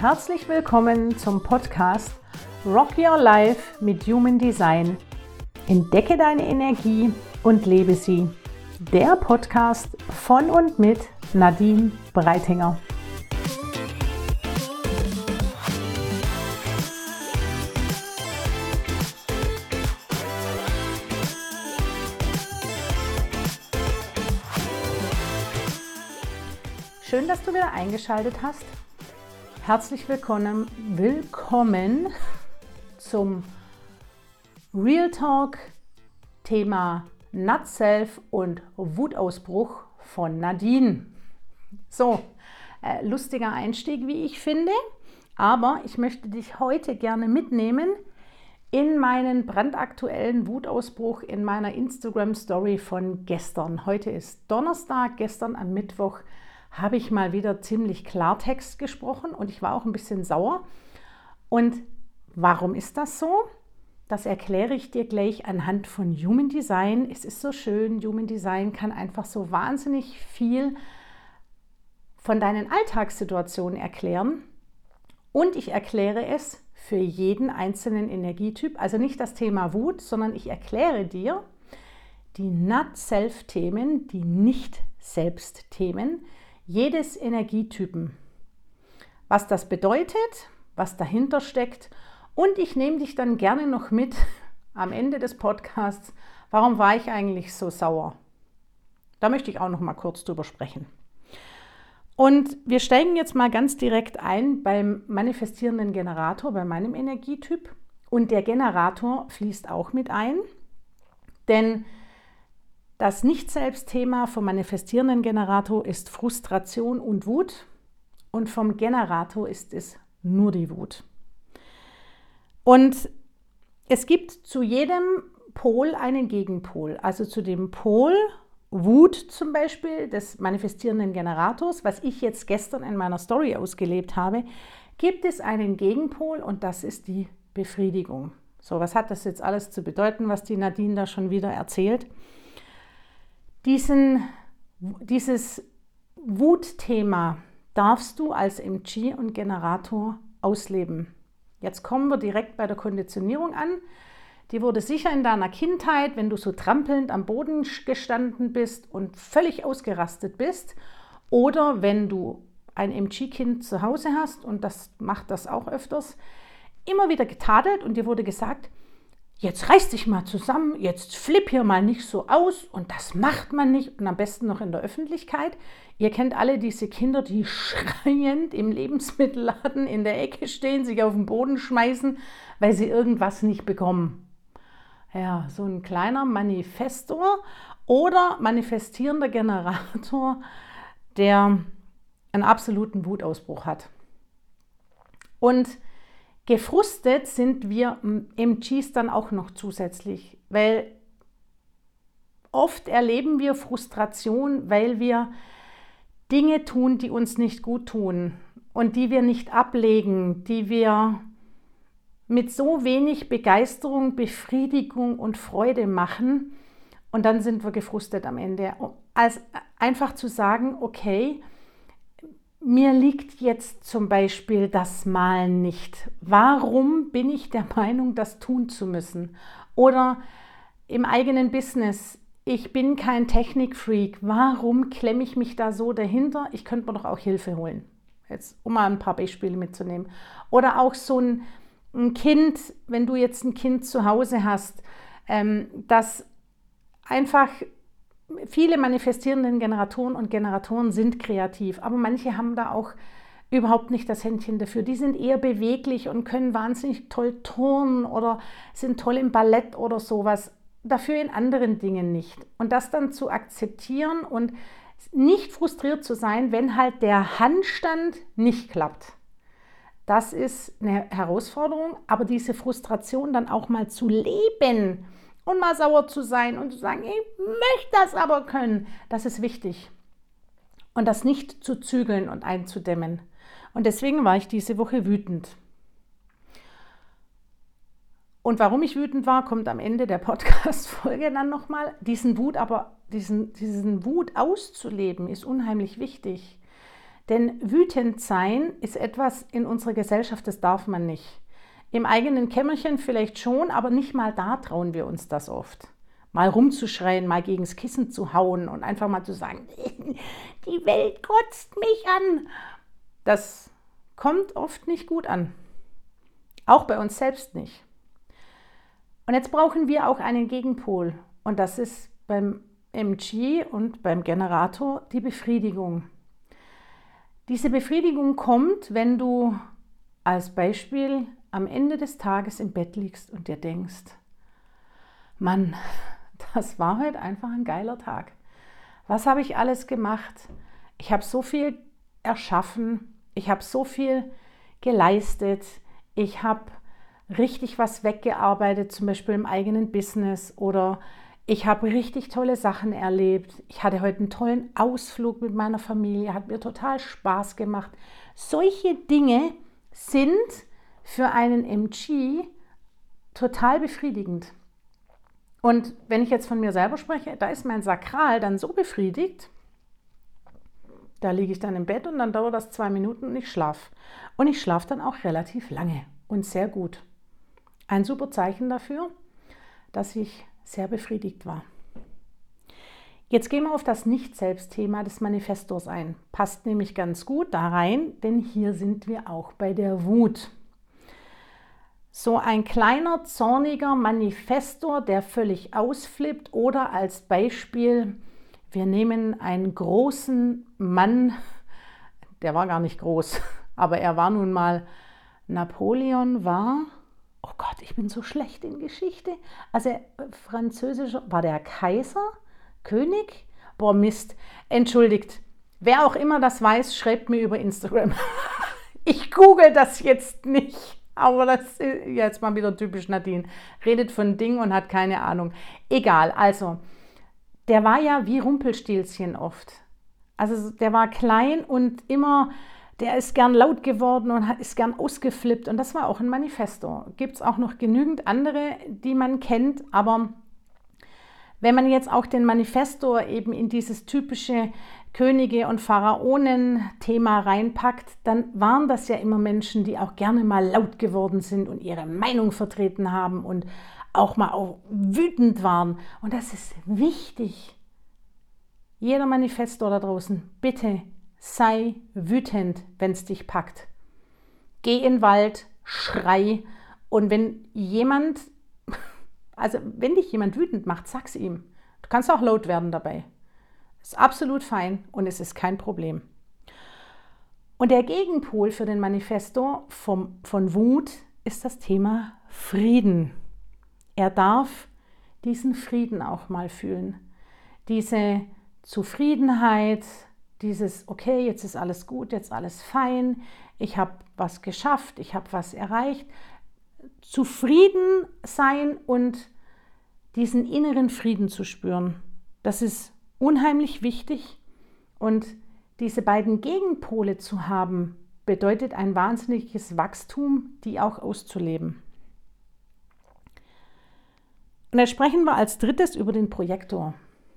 Herzlich willkommen zum Podcast Rock Your Life mit Human Design. Entdecke deine Energie und lebe sie. Der Podcast von und mit Nadine Breitinger. Schön, dass du wieder eingeschaltet hast. Herzlich willkommen zum Real Talk Thema Not Self und Wutausbruch von Nadine. So, lustiger Einstieg, wie ich finde, aber ich möchte dich heute gerne mitnehmen in meinen brandaktuellen Wutausbruch in meiner Instagram-Story von gestern. Heute ist Donnerstag, gestern am Mittwoch habe ich mal wieder ziemlich Klartext gesprochen und ich war auch ein bisschen sauer. Und warum ist das so? Das erkläre ich dir gleich anhand von Human Design. Es ist so schön, Human Design kann einfach so wahnsinnig viel von deinen Alltagssituationen erklären. Und ich erkläre es für jeden einzelnen Energietyp. Also nicht das Thema Wut, sondern ich erkläre dir die Not-Self-Themen, die Nicht-Selbst-Themen, jedes Energietypen, was das bedeutet, was dahinter steckt, und ich nehme dich dann gerne noch mit am Ende des Podcasts, warum war ich eigentlich so sauer? Da möchte ich auch noch mal kurz drüber sprechen. Und wir steigen jetzt mal ganz direkt ein beim manifestierenden Generator, bei meinem Energietyp, und der Generator fließt auch mit ein, denn das Nicht-Selbst-Thema vom manifestierenden Generator ist Frustration und Wut und vom Generator ist es nur die Wut. Und es gibt zu jedem Pol einen Gegenpol, also zu dem Pol Wut zum Beispiel des manifestierenden Generators, was ich jetzt gestern in meiner Story ausgelebt habe, gibt es einen Gegenpol und das ist die Befriedigung. So, was hat das jetzt alles zu bedeuten, was die Nadine da schon wieder erzählt? Dieses Wutthema darfst du als MG und Generator ausleben. Jetzt kommen wir direkt bei der Konditionierung an. Die wurde sicher in deiner Kindheit, wenn du so trampelnd am Boden gestanden bist und völlig ausgerastet bist, oder wenn du ein MG-Kind zu Hause hast, und das macht das auch öfters, immer wieder getadelt und dir wurde gesagt, jetzt reiß dich mal zusammen, jetzt flipp hier mal nicht so aus und das macht man nicht, und am besten noch in der Öffentlichkeit. Ihr kennt alle diese Kinder, die schreiend im Lebensmittelladen in der Ecke stehen, sich auf den Boden schmeißen, weil sie irgendwas nicht bekommen. Ja, so ein kleiner Manifestor oder manifestierender Generator, der einen absoluten Wutausbruch hat. Und gefrustet sind wir MGs dann auch noch zusätzlich, weil oft erleben wir Frustration, weil wir Dinge tun, die uns nicht gut tun und die wir nicht ablegen, die wir mit so wenig Begeisterung, Befriedigung und Freude machen, und dann sind wir gefrustet am Ende. Als einfach zu sagen, okay, mir liegt jetzt zum Beispiel das Malen nicht. Warum bin ich der Meinung, das tun zu müssen? Oder im eigenen Business, ich bin kein Technikfreak. Warum klemme ich mich da so dahinter? Ich könnte mir doch auch Hilfe holen. Jetzt, um mal ein paar Beispiele mitzunehmen. Oder auch so ein Kind, wenn du jetzt ein Kind zu Hause hast, das einfach... Viele manifestierenden Generatoren und Generatoren sind kreativ, aber manche haben da auch überhaupt nicht das Händchen dafür. Die sind eher beweglich und können wahnsinnig toll turnen oder sind toll im Ballett oder sowas, dafür in anderen Dingen nicht. Und das dann zu akzeptieren und nicht frustriert zu sein, wenn halt der Handstand nicht klappt. Das ist eine Herausforderung, aber diese Frustration dann auch mal zu leben und mal sauer zu sein und zu sagen, ich möchte das aber können, das ist wichtig. Und das nicht zu zügeln und einzudämmen. Und deswegen war ich diese Woche wütend. Und warum ich wütend war, kommt am Ende der Podcast-Folge dann nochmal. Diesen Wut auszuleben, ist unheimlich wichtig. Denn wütend sein ist etwas in unserer Gesellschaft, das darf man nicht. Im eigenen Kämmerchen vielleicht schon, aber nicht mal da trauen wir uns das oft. Mal rumzuschreien, mal gegens Kissen zu hauen und einfach mal zu sagen, die Welt kotzt mich an. Das kommt oft nicht gut an. Auch bei uns selbst nicht. Und jetzt brauchen wir auch einen Gegenpol. Und das ist beim MG und beim Generator die Befriedigung. Diese Befriedigung kommt, wenn du als Beispiel am Ende des Tages im Bett liegst und dir denkst, Mann, das war heute einfach ein geiler Tag. Was habe ich alles gemacht? Ich habe so viel erschaffen, ich habe so viel geleistet, ich habe richtig was weggearbeitet, zum Beispiel im eigenen Business, oder ich habe richtig tolle Sachen erlebt. Ich hatte heute einen tollen Ausflug mit meiner Familie, hat mir total Spaß gemacht. Solche Dinge sind für einen MG total befriedigend. Und wenn ich jetzt von mir selber spreche, da ist mein Sakral dann so befriedigt, da liege ich dann im Bett und dann dauert das 2 Minuten und ich schlafe. Und ich schlafe dann auch relativ lange und sehr gut. Ein super Zeichen dafür, dass ich sehr befriedigt war. Jetzt gehen wir auf das Nicht-Selbst-Thema des Manifestors ein. Passt nämlich ganz gut da rein, denn hier sind wir auch bei der Wut. So ein kleiner, zorniger Manifestor, der völlig ausflippt, oder als Beispiel, wir nehmen einen großen Mann, der war gar nicht groß, aber er war nun mal, Napoleon war, oh Gott, ich bin so schlecht in Geschichte, also französischer, war der Kaiser, König? Boah, Mist, entschuldigt, wer auch immer das weiß, schreibt mir über Instagram. Ich google das jetzt nicht. Aber das ist jetzt mal wieder typisch Nadine. Redet von Dingen und hat keine Ahnung. Egal, also, der war ja wie Rumpelstilzchen oft. Also der war klein und immer, der ist gern laut geworden und ist gern ausgeflippt. Und das war auch ein Manifestor. Gibt es auch noch genügend andere, die man kennt. Aber wenn man jetzt auch den Manifestor eben in dieses typische Könige- und Pharaonen-Thema reinpackt, dann waren das ja immer Menschen, die auch gerne mal laut geworden sind und ihre Meinung vertreten haben und auch mal auch wütend waren. Und das ist wichtig. Jeder Manifestor da draußen, bitte sei wütend, wenn es dich packt. Geh in den Wald, schrei, und wenn dich jemand wütend macht, sag's ihm. Du kannst auch laut werden dabei. Ist absolut fein und es ist kein Problem. Und der Gegenpol für den Manifestor von Wut ist das Thema Frieden. Er darf diesen Frieden auch mal fühlen. Diese Zufriedenheit, dieses, okay, jetzt ist alles gut, jetzt alles fein, ich habe was geschafft, ich habe was erreicht. Zufrieden sein und diesen inneren Frieden zu spüren, das ist unheimlich wichtig, und diese beiden Gegenpole zu haben, bedeutet ein wahnsinniges Wachstum, die auch auszuleben. Und jetzt sprechen wir als drittes über den Projektor.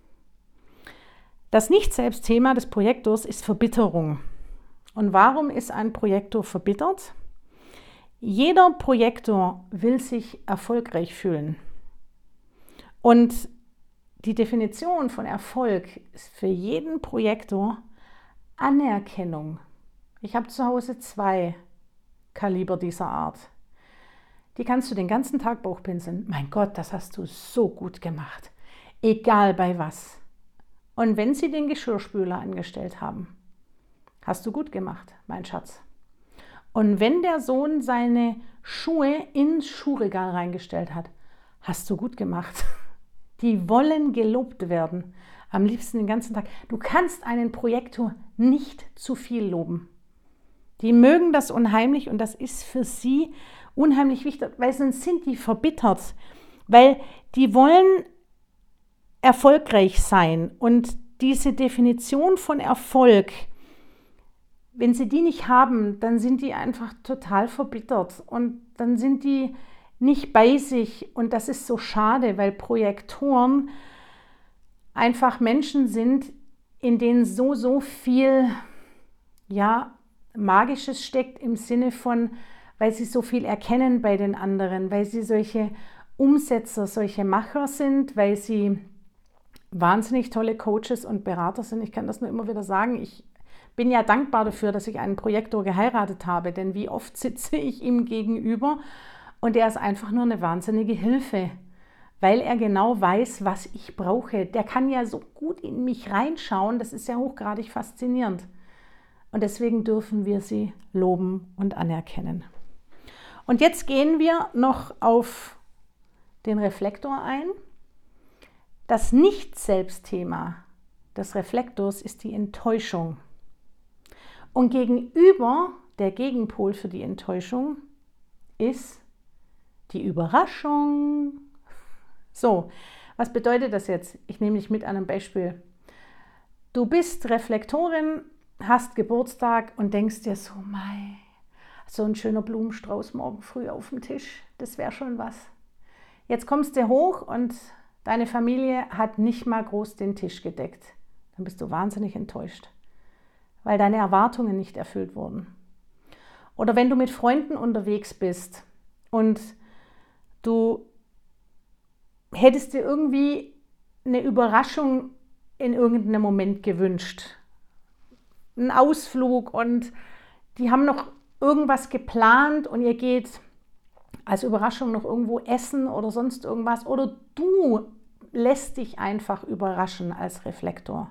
Das Nicht-Selbst-Thema des Projektors ist Verbitterung. Und warum ist ein Projektor verbittert? Jeder Projektor will sich erfolgreich fühlen. Und die Definition von Erfolg ist für jeden Projektor Anerkennung. Ich habe zu Hause 2 Kaliber dieser Art. Die kannst du den ganzen Tag Bauchpinseln. Mein Gott, das hast du so gut gemacht. Egal bei was. Und wenn sie den Geschirrspüler angestellt haben, hast du gut gemacht, mein Schatz. Und wenn der Sohn seine Schuhe ins Schuhregal reingestellt hat, hast du gut gemacht. Die wollen gelobt werden, am liebsten den ganzen Tag. Du kannst einen Projektor nicht zu viel loben. Die mögen das unheimlich und das ist für sie unheimlich wichtig, weil sonst sind die verbittert, weil die wollen erfolgreich sein, und diese Definition von Erfolg, wenn sie die nicht haben, dann sind die einfach total verbittert und dann sind die nicht bei sich, und das ist so schade, weil Projektoren einfach Menschen sind, in denen so viel ja, Magisches steckt im Sinne von, weil sie so viel erkennen bei den anderen, weil sie solche Umsetzer, solche Macher sind, weil sie wahnsinnig tolle Coaches und Berater sind. Ich kann das nur immer wieder sagen. Ich bin ja dankbar dafür, dass ich einen Projektor geheiratet habe, denn wie oft sitze ich ihm gegenüber und er ist einfach nur eine wahnsinnige Hilfe, weil er genau weiß, was ich brauche. Der kann ja so gut in mich reinschauen, das ist ja hochgradig faszinierend. Und deswegen dürfen wir sie loben und anerkennen. Und jetzt gehen wir noch auf den Reflektor ein. Das Nicht-Selbst-Thema des Reflektors ist die Enttäuschung. Und gegenüber, der Gegenpol für die Enttäuschung, ist die Überraschung. So, was bedeutet das jetzt? Ich nehme dich mit einem Beispiel. Du bist Reflektorin, hast Geburtstag und denkst dir so, mei, so ein schöner Blumenstrauß morgen früh auf dem Tisch, das wäre schon was. Jetzt kommst du hoch und deine Familie hat nicht mal groß den Tisch gedeckt. Dann bist du wahnsinnig enttäuscht, weil deine Erwartungen nicht erfüllt wurden. Oder wenn du mit Freunden unterwegs bist und du hättest dir irgendwie eine Überraschung in irgendeinem Moment gewünscht. Einen Ausflug und die haben noch irgendwas geplant und ihr geht als Überraschung noch irgendwo essen oder sonst irgendwas. Oder du lässt dich einfach überraschen als Reflektor.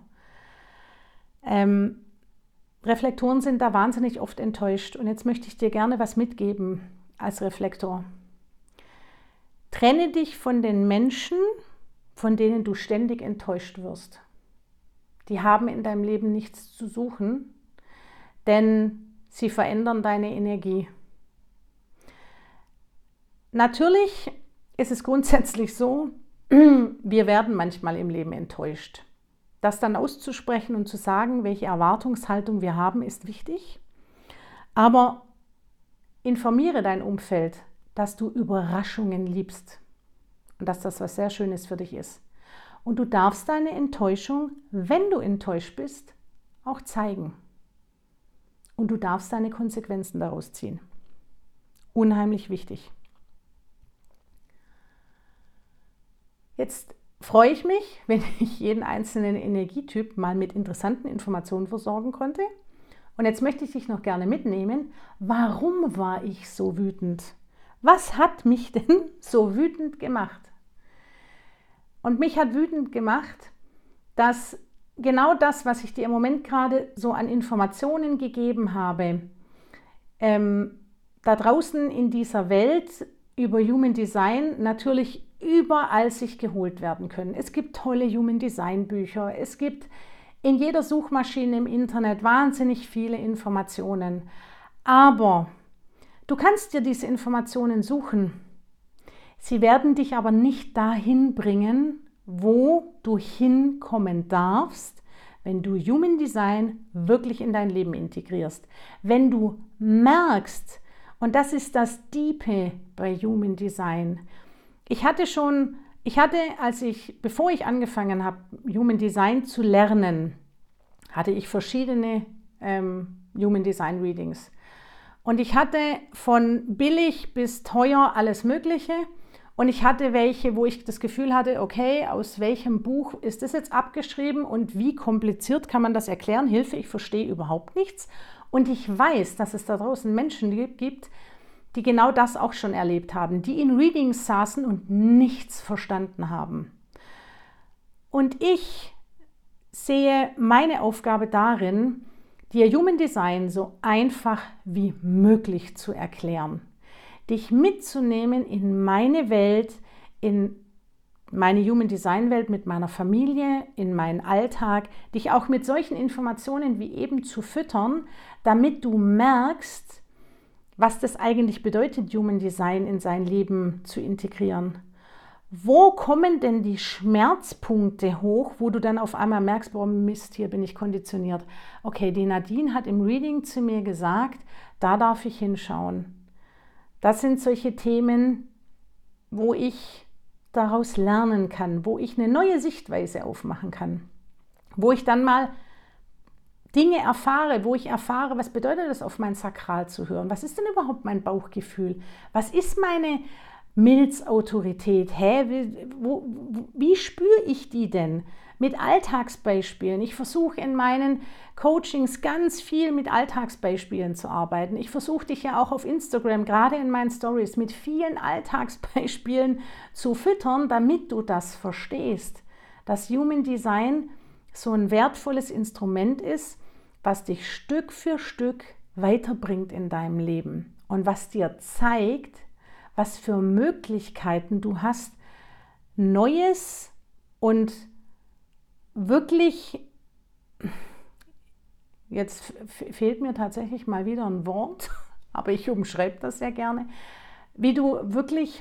Reflektoren sind da wahnsinnig oft enttäuscht. Und jetzt möchte ich dir gerne was mitgeben als Reflektor. Trenne dich von den Menschen, von denen du ständig enttäuscht wirst. Die haben in deinem Leben nichts zu suchen, denn sie verändern deine Energie. Natürlich ist es grundsätzlich so, wir werden manchmal im Leben enttäuscht. Das dann auszusprechen und zu sagen, welche Erwartungshaltung wir haben, ist wichtig. Aber informiere dein Umfeld, dass du Überraschungen liebst und dass das was sehr Schönes für dich ist. Und du darfst deine Enttäuschung, wenn du enttäuscht bist, auch zeigen. Und du darfst deine Konsequenzen daraus ziehen. Unheimlich wichtig. Jetzt freue ich mich, wenn ich jeden einzelnen Energietyp mal mit interessanten Informationen versorgen konnte. Und jetzt möchte ich dich noch gerne mitnehmen. Warum war ich so wütend? Was hat mich denn so wütend gemacht? Und mich hat wütend gemacht, dass genau das, was ich dir im Moment gerade so an Informationen gegeben habe, da draußen in dieser Welt über Human Design natürlich überall sich geholt werden können. Es gibt tolle Human Design Bücher, es gibt in jeder Suchmaschine im Internet wahnsinnig viele Informationen. Aber du kannst dir diese Informationen suchen. Sie werden dich aber nicht dahin bringen, wo du hinkommen darfst, wenn du Human Design wirklich in dein Leben integrierst. Wenn du merkst, und das ist das Diepe bei Human Design. Bevor ich angefangen habe, Human Design zu lernen, hatte ich verschiedene Human Design Readings. Und ich hatte von billig bis teuer alles Mögliche. Und ich hatte welche, wo ich das Gefühl hatte, okay, aus welchem Buch ist das jetzt abgeschrieben und wie kompliziert kann man das erklären? Hilfe, ich verstehe überhaupt nichts. Und ich weiß, dass es da draußen Menschen gibt, die genau das auch schon erlebt haben, die in Readings saßen und nichts verstanden haben. Und ich sehe meine Aufgabe darin, dir Human Design so einfach wie möglich zu erklären. Dich mitzunehmen in meine Welt, in meine Human Design Welt mit meiner Familie, in meinen Alltag, dich auch mit solchen Informationen wie eben zu füttern, damit du merkst, was das eigentlich bedeutet, Human Design in sein Leben zu integrieren. Wo kommen denn die Schmerzpunkte hoch, wo du dann auf einmal merkst, boah Mist, hier bin ich konditioniert. Okay, die Nadine hat im Reading zu mir gesagt, da darf ich hinschauen. Das sind solche Themen, wo ich daraus lernen kann, wo ich eine neue Sichtweise aufmachen kann, wo ich dann mal Dinge erfahre, wo ich erfahre, was bedeutet es, auf mein Sakral zu hören? Was ist denn überhaupt mein Bauchgefühl? Was ist meine Milzautorität? Wie spüre ich die denn? Mit Alltagsbeispielen. Ich versuche in meinen Coachings ganz viel mit Alltagsbeispielen zu arbeiten. Ich versuche dich ja auch auf Instagram, gerade in meinen Stories, mit vielen Alltagsbeispielen zu füttern, damit du das verstehst, dass Human Design so ein wertvolles Instrument ist, was dich Stück für Stück weiterbringt in deinem Leben und was dir zeigt, was für Möglichkeiten du hast, Neues und wirklich, jetzt fehlt mir tatsächlich mal wieder ein Wort, aber ich umschreibe das sehr gerne, wie du wirklich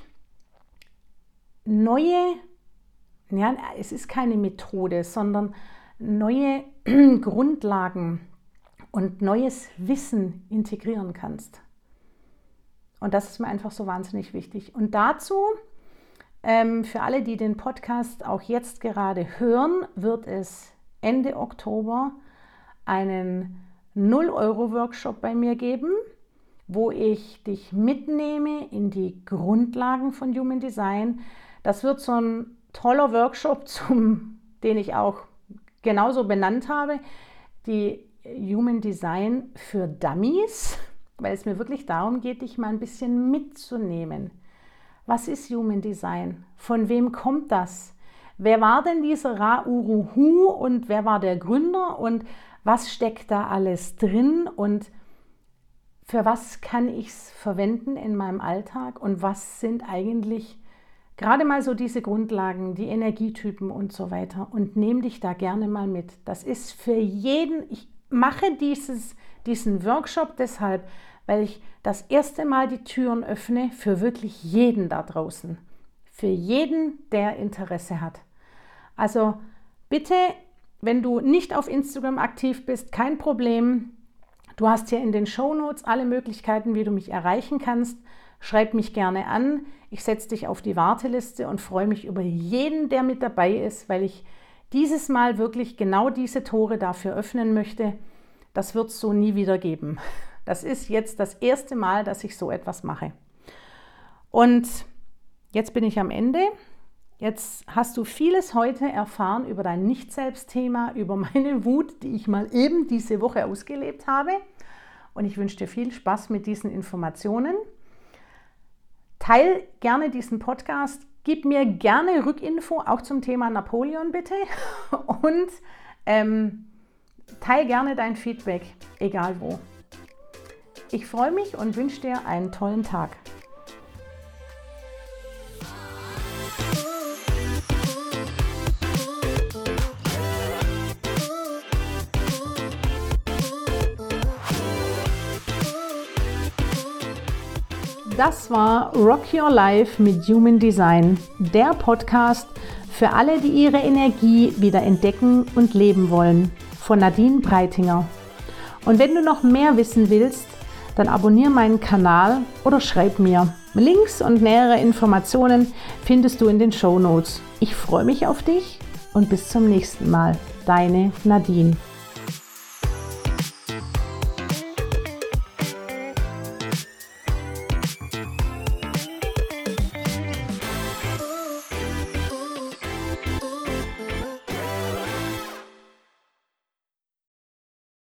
neue, ja, es ist keine Methode, sondern neue Grundlagen und neues Wissen integrieren kannst. Und das ist mir einfach so wahnsinnig wichtig. Und dazu, für alle, die den Podcast auch jetzt gerade hören, wird es Ende Oktober einen 0-Euro-Workshop bei mir geben, wo ich dich mitnehme in die Grundlagen von Human Design. Das wird so ein toller Workshop, den ich auch genauso benannt habe, die Human Design für Dummies, weil es mir wirklich darum geht, dich mal ein bisschen mitzunehmen. Was ist Human Design? Von wem kommt das? Wer war denn dieser Ra-Uru-Hu und wer war der Gründer und was steckt da alles drin und für was kann ich es verwenden in meinem Alltag und was sind eigentlich gerade mal so diese Grundlagen, die Energietypen und so weiter und nehme dich da gerne mal mit. Das ist für jeden, ich mache diesen Workshop deshalb, weil ich das erste Mal die Türen öffne für wirklich jeden da draußen. Für jeden, der Interesse hat. Also bitte, wenn du nicht auf Instagram aktiv bist, kein Problem. Du hast hier in den Shownotes alle Möglichkeiten, wie du mich erreichen kannst. Schreib mich gerne an. Ich setze dich auf die Warteliste und freue mich über jeden, der mit dabei ist, weil ich dieses Mal wirklich genau diese Tore dafür öffnen möchte. Das wird es so nie wieder geben. Das ist jetzt das erste Mal, dass ich so etwas mache. Und jetzt bin ich am Ende. Jetzt hast du vieles heute erfahren über dein Nicht-Selbst-Thema, über meine Wut, die ich mal eben diese Woche ausgelebt habe. Und ich wünsche dir viel Spaß mit diesen Informationen. Teil gerne diesen Podcast. Gib mir gerne Rückinfo, auch zum Thema Napoleon bitte. Und teil gerne dein Feedback, egal wo. Ich freue mich und wünsche dir einen tollen Tag. Das war Rock Your Life mit Human Design, der Podcast für alle, die ihre Energie wieder entdecken und leben wollen, von Nadine Breitinger. Und wenn du noch mehr wissen willst, dann abonniere meinen Kanal oder schreib mir. Links und nähere Informationen findest du in den Shownotes. Ich freue mich auf dich und bis zum nächsten Mal. Deine Nadine.